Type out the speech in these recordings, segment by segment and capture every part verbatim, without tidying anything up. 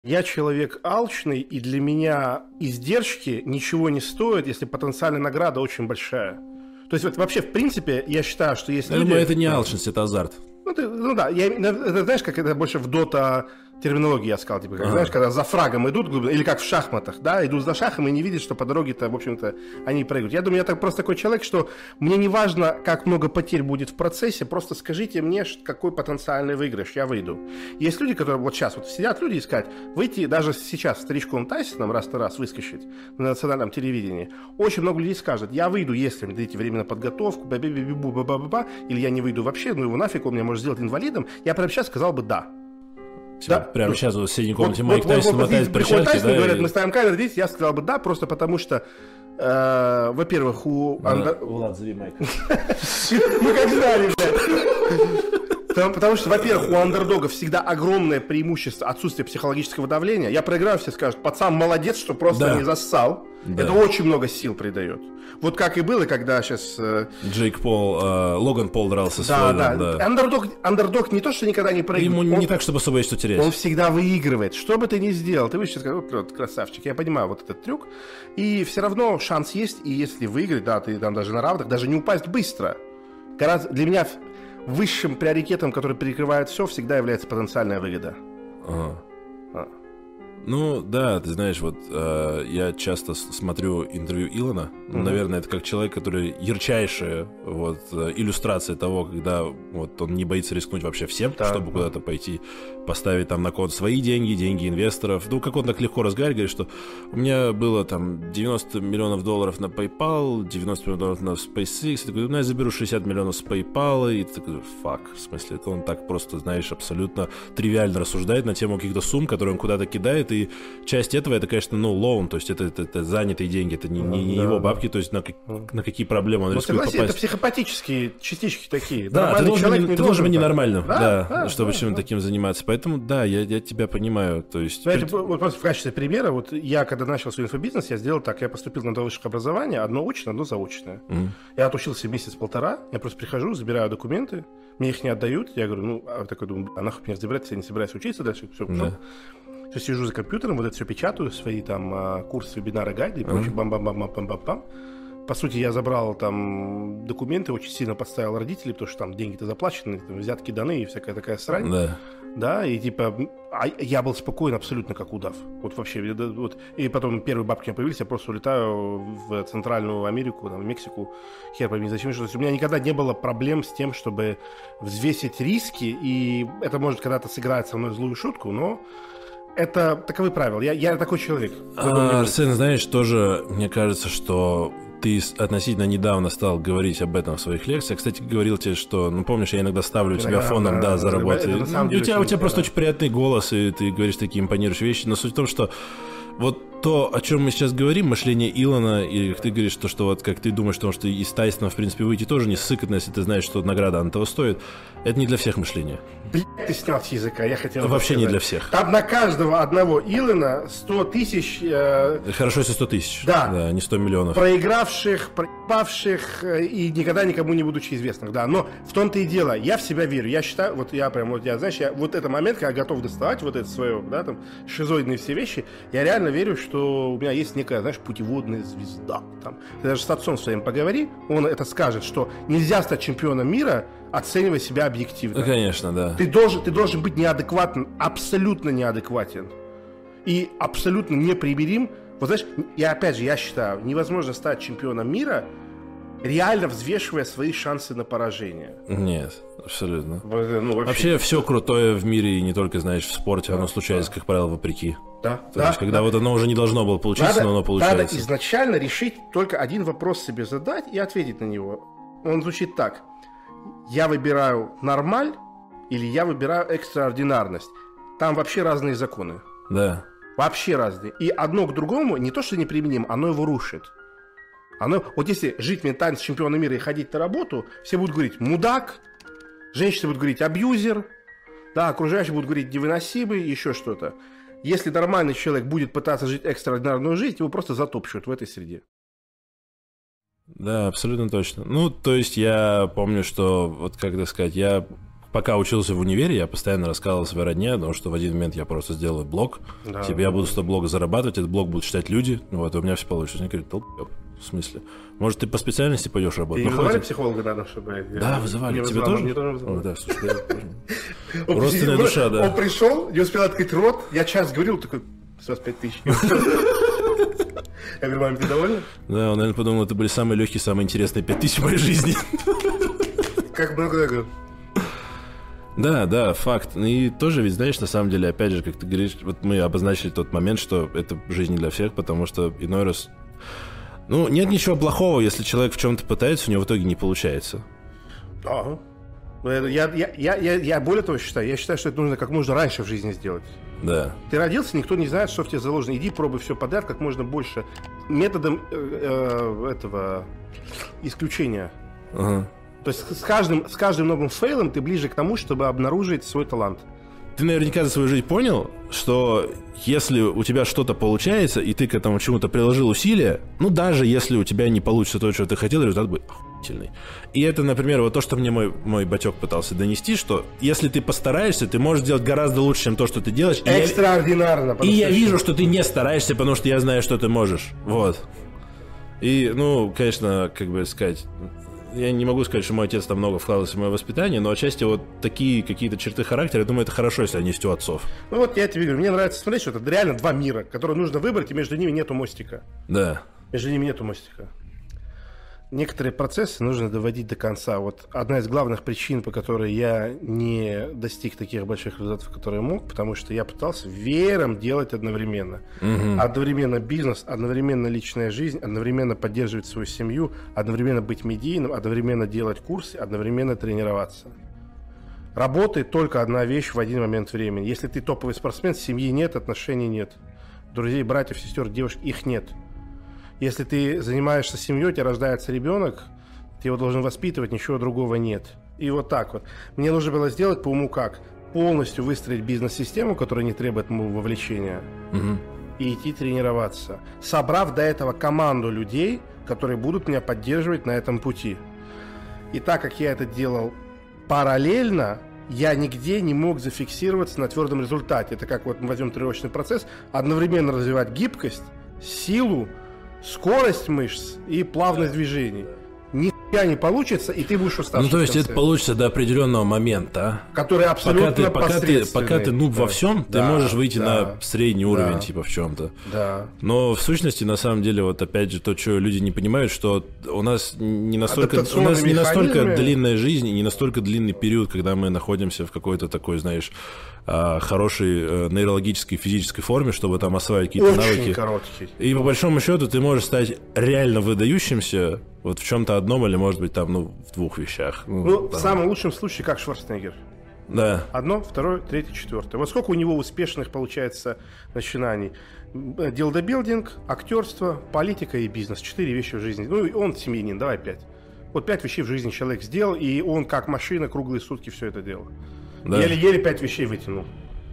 Я человек алчный, и для меня издержки ничего не стоят, если потенциальная награда очень большая. То есть вот вообще, в принципе, я считаю, что есть я люди... думаю, это не алчность, это азарт. Ну, ты, ну да, я, это, знаешь, как это больше в дота терминологии я сказал, типа, как, ага. знаешь, когда за фрагом идут, или как в шахматах, да, идут за шахом и не видят, что по дороге-то, в общем-то, они проигрывают. Я думаю, я так, просто такой человек, что мне не важно, как много потерь будет в процессе, просто скажите мне, какой потенциальный выигрыш, я выйду. Есть люди, которые вот сейчас вот сидят, люди искать, выйти даже сейчас старичком Тайсоном раз на раз выскочить на национальном телевидении. Очень много людей скажут, я выйду, если мне дадите время на подготовку, ба-ба-ба-ба-ба-ба-ба, или я не выйду вообще, ну его нафиг, он меня может сделать инвалидом, я прямо сейчас сказал бы да. Да. Прямо сейчас вот в соседней комнате вот, Майк вот, Тайсон вот, мотает перчатки. Тайсон, да, говорят, и... мы ставим камеру, видите, я сказал бы да, просто потому что, э, во-первых, у... Влад, зови Майка. Мы как знали, блядь. Потому что, во-первых, у андердога всегда огромное преимущество отсутствия психологического давления. Я проиграю, все скажут, пацан молодец, что просто да. не зассал. Да. Это очень много сил придает. Вот как и было, когда сейчас... Э... Джейк Пол, э, Логан Пол дрался с да, Флойдом. Да, да. Андердог, андердог не то, что никогда не проигрывает. Ему он, не так, чтобы особо есть что терять. Он всегда выигрывает. Что бы ты ни сделал, ты будешь сказать, вот, красавчик, я понимаю вот этот трюк. И все равно шанс есть, и если выиграть, да, ты там даже на равных, даже не упасть быстро. Гораздо, для меня высшим приоритетом, который перекрывает все, всегда является потенциальная выгода. Ага. А. Ну, да, ты знаешь, вот э, я часто смотрю интервью Илона. Mm-hmm. Наверное, это как человек, который ярчайшая вот, иллюстрация того, когда вот, он не боится рискнуть вообще всем, да. чтобы куда-то пойти, поставить там на кон свои деньги, деньги инвесторов. Ну, как он так легко разговаривает, говорит, что у меня было там девяносто миллионов долларов на PayPal, девяносто миллионов долларов на SpaceX. Я такой, ну, я заберу шестьдесят миллионов с PayPal. И ты такой, фак, в смысле, это он так просто, знаешь, абсолютно тривиально рассуждает на тему каких-то сумм, которые он куда-то кидает. И часть этого это, конечно, ну, лоун, то есть это, это, это занятые деньги, это не, не, не да, его бабки, то есть на, на какие проблемы он ну, рискует согласен, попасть. Это психопатические частички такие. Да, ты должен, не, ты должен быть ненормальным, да, да, да, чтобы да, чем-то да. таким заниматься. Поэтому, да, я, я тебя понимаю. То есть... Знаете, вот просто в качестве примера, вот я, когда начал свой инфобизнес, я сделал так, я поступил на два высших образования, одно очное, одно заочное. Mm. Я отучился месяц-полтора, я просто прихожу, забираю документы, мне их не отдают, я говорю, ну, а такой думаю, а нахуй меня забирать, я не собираюсь учиться дальше, все, yeah. Все сижу за компьютером, вот это все печатаю, свои там курсы, вебинары, гайды и прочее, бам-бам-бам-бам-бам-бам. По сути, я забрал там документы, очень сильно подставил родителей, потому что там деньги-то заплачены, там, взятки даны и всякая такая срань. Да. Да, и типа, а я был спокоен абсолютно как удав. Вот вообще, вот. И потом первые бабки у меня появились, я просто улетаю в Центральную Америку, там, в Мексику, хер пойми зачем. Что, у меня никогда не было проблем с тем, чтобы взвесить риски, и это может когда-то сыграть со мной злую шутку, но... Это таковы правила. Я, я такой человек. А, Арсен, знаешь, тоже мне кажется, что ты относительно недавно стал говорить об этом в своих лекциях. Кстати, говорил тебе, что, ну, помнишь, я иногда ставлю тебя да, фоном, да, да за работой. Ну, у тебя, у тебя просто очень приятный голос, и ты говоришь такие импонирующие вещи. Но суть в том, что вот то, о чем мы сейчас говорим, мышление Илона, и ты говоришь, то, что вот как ты думаешь, что, что из Тайсона, в принципе, выйти тоже не сыкотно, если ты знаешь, что награда она того стоит, это не для всех мышление. Блядь, ты снял с языка, я хотел... Вообще не для всех. Там на каждого одного Илона сто тысяч... Э... Хорошо, если сто тысяч. Да. Да, не сто миллионов. Проигравших, проебавших и никогда никому не будучи известных, да. Но в том-то и дело, я в себя верю. Я считаю, вот я прям, вот я, знаешь, я, вот этот момент, когда я готов доставать вот это свое, да, там, шизоидные все вещи, я реально верю, что у меня есть некая, знаешь, путеводная звезда. Там. Ты даже с отцом своим поговори, он это скажет, что нельзя стать чемпионом мира, оценивая себя объективно. Ну, конечно, да. Ты должен, ты должен быть неадекватен, абсолютно неадекватен. И абсолютно непримирим. Вот знаешь, я опять же, я считаю, невозможно стать чемпионом мира, реально взвешивая свои шансы на поражение. Нет, абсолютно. Ну, вообще. вообще все крутое в мире, и не только, знаешь, в спорте, да, оно случается, да. как правило, вопреки. Да, То да, есть, когда да. вот оно уже не должно было получиться, надо, но оно получается. Надо изначально решить только один вопрос себе задать и ответить на него. Он звучит так. Я выбираю нормаль или я выбираю экстраординарность. Там вообще разные законы. Да. Вообще разные. И одно к другому не то, что неприменимо, оно его рушит. Оно, вот если жить ментально с чемпионом мира и ходить на работу, все будут говорить «мудак», женщины будут говорить «абьюзер», да, окружающие будут говорить «невыносимый», еще что-то. Если нормальный человек будет пытаться жить экстраординарную жизнь, его просто затопчут в этой среде. Да, абсолютно точно. Ну, то есть я помню, что, вот как так сказать, я пока учился в универе, я постоянно рассказывал своей родне, потому что в один момент я просто сделаю блог, да. Типа я буду с этого блога зарабатывать, этот блог будут читать люди, вот, и у меня все получилось. Они говорят, толпёб, в смысле? Может, ты по специальности пойдешь работать? И ну, вызывали психолога надо, чтобы... Да, вызывали. Не Тебе вызывал, тоже? Мне тоже вызывали. О, да, слушай, родственная душа, да. Он пришел, не успел открыть рот, я час говорил, такой, двадцать пять тысяч. Я говорю, маме, ты довольна? Да, он, наверное, подумал, это были самые легкие, самые интересные пять тысяч в моей жизни. Как много я говорю. Да, да, факт. И тоже ведь, знаешь, на самом деле, опять же, как ты говоришь, вот мы обозначили тот момент, что это жизнь не для всех, потому что иной раз... Ну, нет ничего плохого, если человек в чем-то пытается, у него в итоге не получается. Ага. Я, я, я, я, я более того считаю, я считаю, что это нужно как можно раньше в жизни сделать. Да. Ты родился, никто не знает, что в тебе заложено. Иди пробуй все подряд как можно больше. Методом э, э, этого исключения. Ага. То есть с каждым, с каждым новым фейлом ты ближе к тому, чтобы обнаружить свой талант. Ты наверняка за свою жизнь понял, что если у тебя что-то получается, и ты к этому чему-то приложил усилия, ну, даже если у тебя не получится то, что ты хотел, результат будет охуительный. И это, например, вот то, что мне мой, мой батек пытался донести, что если ты постараешься, ты можешь делать гораздо лучше, чем то, что ты делаешь. Экстраординарно. И я, и я вижу, что ты не стараешься, потому что я знаю, что ты можешь. Вот. И, ну, конечно, как бы сказать... Я не могу сказать, что мой отец там много вкладывался в мое воспитание, но отчасти вот такие какие-то черты характера, я думаю, это хорошо, если они есть у отцов. Ну вот я тебе говорю, мне нравится смотреть, что это реально два мира, которые нужно выбрать, и между ними нету мостика. Да. Между ними нету мостика. Некоторые процессы нужно доводить до конца. Вот одна из главных причин, по которой я не достиг таких больших результатов, которые мог, потому что я пытался веером делать одновременно. Угу. Одновременно бизнес, одновременно личная жизнь, одновременно поддерживать свою семью, одновременно быть медийным, одновременно делать курсы, одновременно тренироваться. Работает только одна вещь в один момент времени. Если ты топовый спортсмен, семьи нет, отношений нет. Друзей, братьев, сестер, девушек, их нет. Если ты занимаешься семьей, у тебя рождается ребенок, ты его должен воспитывать, ничего другого нет. И вот так вот. Мне нужно было сделать по уму как? Полностью выстроить бизнес-систему, которая не требует вовлечения, угу. и идти тренироваться. Собрав до этого команду людей, которые будут меня поддерживать на этом пути. И так как я это делал параллельно, я нигде не мог зафиксироваться на твердом результате. Это как вот мы возьмем тренировочный процесс, одновременно развивать гибкость, силу, скорость мышц и плавность движений. Нихуя не получится, и ты будешь уставший. Ну, то есть это получится до определенного момента, который абсолютно пока ты, пока ты, пока ты нуб да. во всем, да, ты можешь выйти да, на средний уровень, да, типа в чем-то. Да. Но в сущности, на самом деле, вот опять же, то, что люди не понимают, что у нас не настолько, у нас не настолько длинная жизнь и не настолько длинный период, когда мы находимся в какой-то такой, знаешь, хорошей нейрологической, физической форме, чтобы там осваивать какие-то очень навыки. Короткий. И по большому счету ты можешь стать реально выдающимся вот в чем-то одном или, может быть, там, ну, в двух вещах. Ну, ну в самом лучшем случае, как Шварценеггер. Да. Одно, второе, третье, четвертое. Вот сколько у него успешных, получается, начинаний. Дилдобилдинг, актерство, политика и бизнес. Четыре вещи в жизни. Ну, и он семьянин, давай пять. Вот пять вещей в жизни человек сделал, и он, как машина, круглые сутки все это делал. Да. Еле-еле пять вещей вытянул.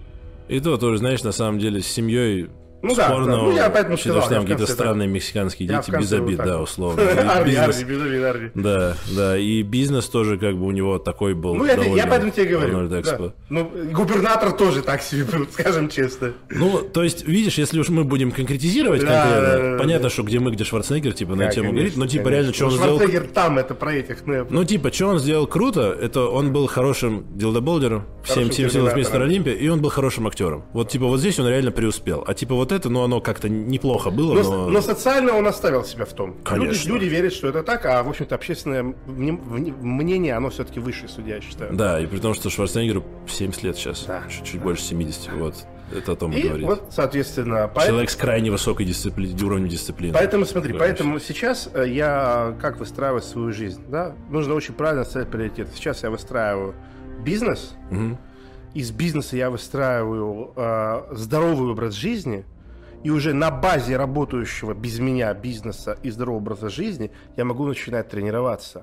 И то тоже, знаешь, на самом деле, с семьей... Ну да, да, ну я поэтому сказал. Что там какие-то странные мексиканские дети, без обид, да, условно. Арни, Арни, без обид, Арни. Да, да, и бизнес тоже как бы у него такой был. Ну я поэтому тебе говорю. Ну губернатор тоже так себе был, скажем честно. Ну, то есть, видишь, если уж мы будем конкретизировать конкретно, понятно, что где мы, где Шварценеггер, типа, на тему говорит, но типа реально, что он сделал... Шварценеггер там, это про этих. Ну типа, что он сделал круто, это он был хорошим дилдобилдером, всем силам мистер Олимпия, и он был хорошим актером. Вот типа вот здесь он реально преуспел. А типа вот это, ну оно как-то неплохо было, но... Но, но социально он оставил себя в том. Конечно. Люди, люди верят, что это так, а, в общем-то, общественное мнение, оно все-таки выше, судья, я считаю. Да, и при том, что Шварценеггеру семьдесят лет сейчас, да. чуть-чуть больше семидесяти, вот. Это о том и говорит. Вот, соответственно... Человек с крайне высокой дисципли... уровнем дисциплины. Поэтому, смотри, поэтому сейчас я как выстраиваю свою жизнь, да? Нужно очень правильно ставить приоритет. Сейчас я выстраиваю бизнес, угу. Из бизнеса я выстраиваю э, здоровый образ жизни, и уже на базе работающего без меня бизнеса и здорового образа жизни я могу начинать тренироваться.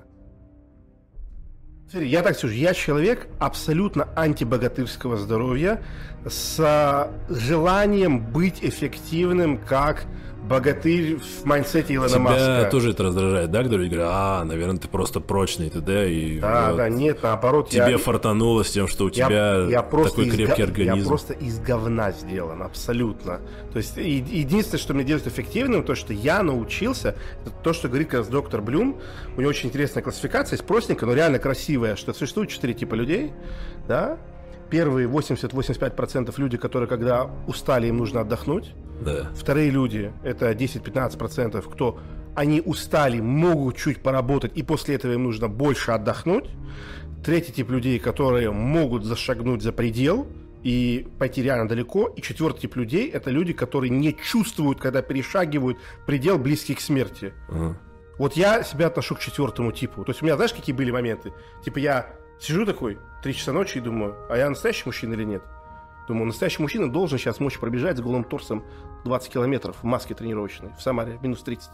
Смотри, я так скажу, я человек абсолютно антибогатырского здоровья с желанием быть эффективным как богатырь в майндсете Илона Тебя Маска. Тебя тоже это раздражает, да? Говорю, говорю, а, наверное, ты просто прочный, ты, да? И да, вот да, нет, наоборот. Тебе я, фартануло с тем, что у я, тебя я такой крепкий га- организм. Я просто из говна сделан, абсолютно. То есть и, единственное, что меня делает эффективным, то, что я научился, это то, что говорит как раз доктор Блюм. У него очень интересная классификация, есть простенькая, но реально красивая, что существует четыре типа людей, да? Первые восемьдесят-восемьдесят пять процентов люди, которые, когда устали, им нужно отдохнуть. Да. Вторые люди, это десять-пятнадцать процентов, кто они устали, могут чуть поработать, и после этого им нужно больше отдохнуть. Третий тип людей, которые могут зашагнуть за предел и пойти реально далеко. И четвертый тип людей, это люди, которые не чувствуют, когда перешагивают предел, близкий к смерти. Uh-huh. Вот я себя отношу к четвертому типу. То есть у меня, знаешь, какие были моменты? Типа я сижу такой, три часа ночи и думаю, а я настоящий мужчина или нет? Думаю, настоящий мужчина должен сейчас мочь пробежать с голым торсом двадцать километров в маске тренировочной в Самаре, минус тридцать.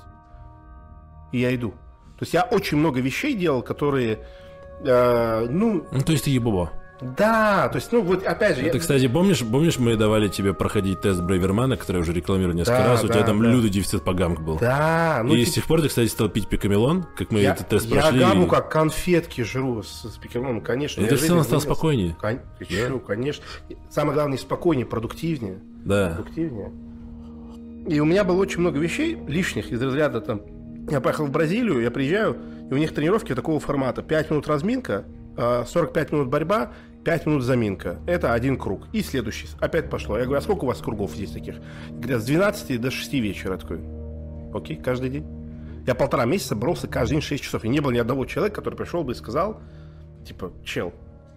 И я иду. То есть я очень много вещей делал, которые, э, ну... Ну, то есть ты ебобо. Да, то есть, ну, вот опять же... Это, я... кстати, помнишь, помнишь, мы давали тебе проходить тест Брейвермана, который я уже рекламировал несколько да, раз, у да, тебя там да. лютый-дефицит по гамк был. Да. Ну, и ты... с тех пор ты, кстати, стал пить пикамелон, как мы я, этот тест я прошли. Я гамму как конфетки жру с, с пикамелоном, конечно. И ты в целом стал спокойнее. Кон... Ты да. Чё, конечно. Самое главное, спокойнее, продуктивнее. Да. Продуктивнее. И у меня было очень много вещей лишних из разряда там... Я поехал в Бразилию, я приезжаю, и у них тренировки такого формата. пять минут разминка, сорок пять минут борьба, пять минут заминка. Это один круг. И следующий. Опять пошло. Я говорю, а сколько у вас кругов здесь таких? Говорят, с двенадцати до шести вечера. Я такой, окей, каждый день. Я полтора месяца боролся каждый день шесть часов. И не было ни одного человека, который пришел бы и сказал, типа, чел.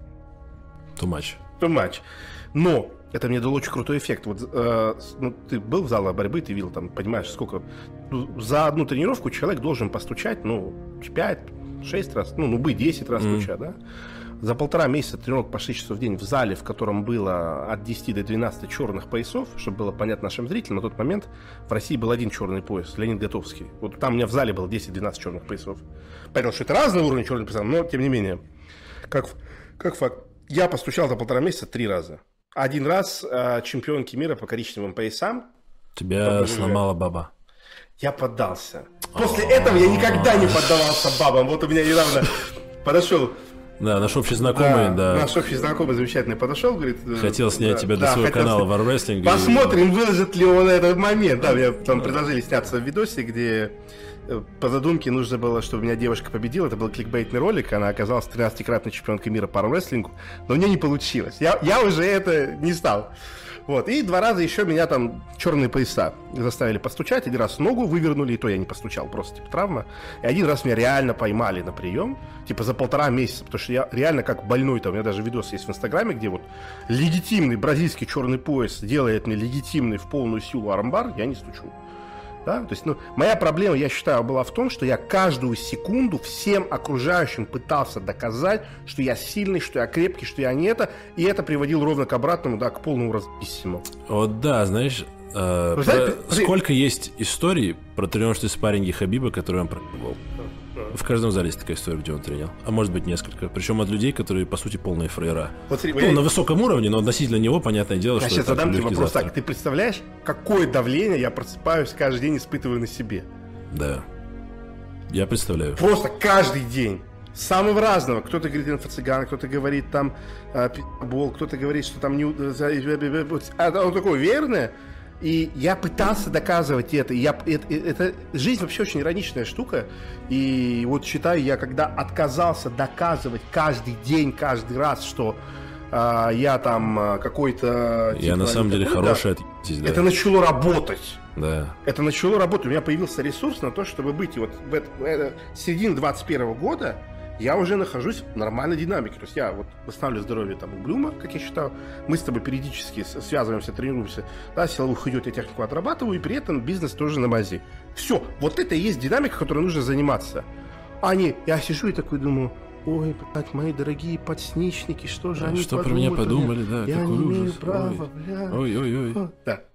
Too much. Too much. Но это мне дало очень крутой эффект. Вот, э, ну, ты был в залах борьбы, ты видел, там, понимаешь, сколько... Ну, за одну тренировку человек должен постучать, ну, пять-шесть раз, ну, ну, быть десять раз mm. стуча, да? За полтора месяца тренировок по шесть часов в день в зале, в котором было от десяти до двенадцати черных поясов, чтобы было понятно нашим зрителям, на тот момент в России был один черный пояс, Леонид Готовский. Вот там у меня в зале было десять-двенадцать черных поясов. Понятно, что это разные уровни черных поясов, но тем не менее, как, как факт, я постучал за полтора месяца три раза. Один раз э, чемпионки мира по коричневым поясам. Тебя сломала баба. Я поддался. После этого я никогда не поддавался бабам. Вот у меня недавно подошел... Да, наш общий знакомый, да. да. Наш общий знакомый замечательный подошел, говорит... Хотел снять да, тебя да, до своего канала в Армрестлинге. Посмотрим, выложит ли он этот момент. Да, мне там предложили сняться в видосе, где по задумке нужно было, чтобы у меня девушка победила. Это был кликбейтный ролик, она оказалась тринадцатикратной чемпионкой мира по армрестлингу, но у меня не получилось. Я, я уже это не стал. Вот. И два раза еще меня там черные пояса заставили постучать. Один раз ногу вывернули, и то я не постучал, просто типа травма. И один раз меня реально поймали на прием, типа за полтора месяца, потому что я реально как больной, там у меня даже видос есть в Инстаграме, где вот легитимный бразильский черный пояс делает мне легитимный в полную силу армбар, я не стучу. Да? То есть, ну, моя проблема, я считаю, была в том, что я каждую секунду всем окружающим пытался доказать, что я сильный, что я крепкий, что я не это, и это приводило ровно к обратному, да, к полному разбиссиму. Вот да, знаешь, э, про... знаете, сколько есть историй про тренировочные спарринги Хабиба, которые он пробовал. В каждом зале есть такая история, где он тренил. А может быть несколько. Причем от людей, которые, по сути, полные фрейра. Вот, ну, я... на высоком уровне, но относительно него, понятное дело, я что сейчас задам тебе вопрос так. Ты представляешь, какое давление я просыпаюсь каждый день, испытываю на себе? Да. Я представляю. Просто каждый день. Самого разного. Кто-то говорит инфо-цыган, кто-то говорит там э, пи***бол, кто-то говорит, что там не... А он такой, верное? И я пытался доказывать это. И я, это, это. Жизнь вообще очень ироничная штука. И вот считаю, я когда отказался доказывать каждый день, каждый раз, что а, я там какой-то... Я типа, на самом деле такой, хороший да, отъебись, да. Это начало работать. Да. Это начало работать. У меня появился ресурс на то, чтобы быть. И вот в, это, в это, середине двадцать первого года я уже нахожусь в нормальной динамике. То есть я вот восстанавливаю здоровье там у Блюма, как я считаю. Мы с тобой периодически связываемся, тренируемся. Да, силовых идет, я технику отрабатываю, и при этом бизнес тоже на мази. Все. Вот это и есть динамика, которой нужно заниматься. А не, я сижу и такой думаю, ой, блядь, мои дорогие подсничники, что же а они что подумали? Что про меня подумали, да, я какой не ужас. имею права, ой. бля. Ой-ой-ой. Да.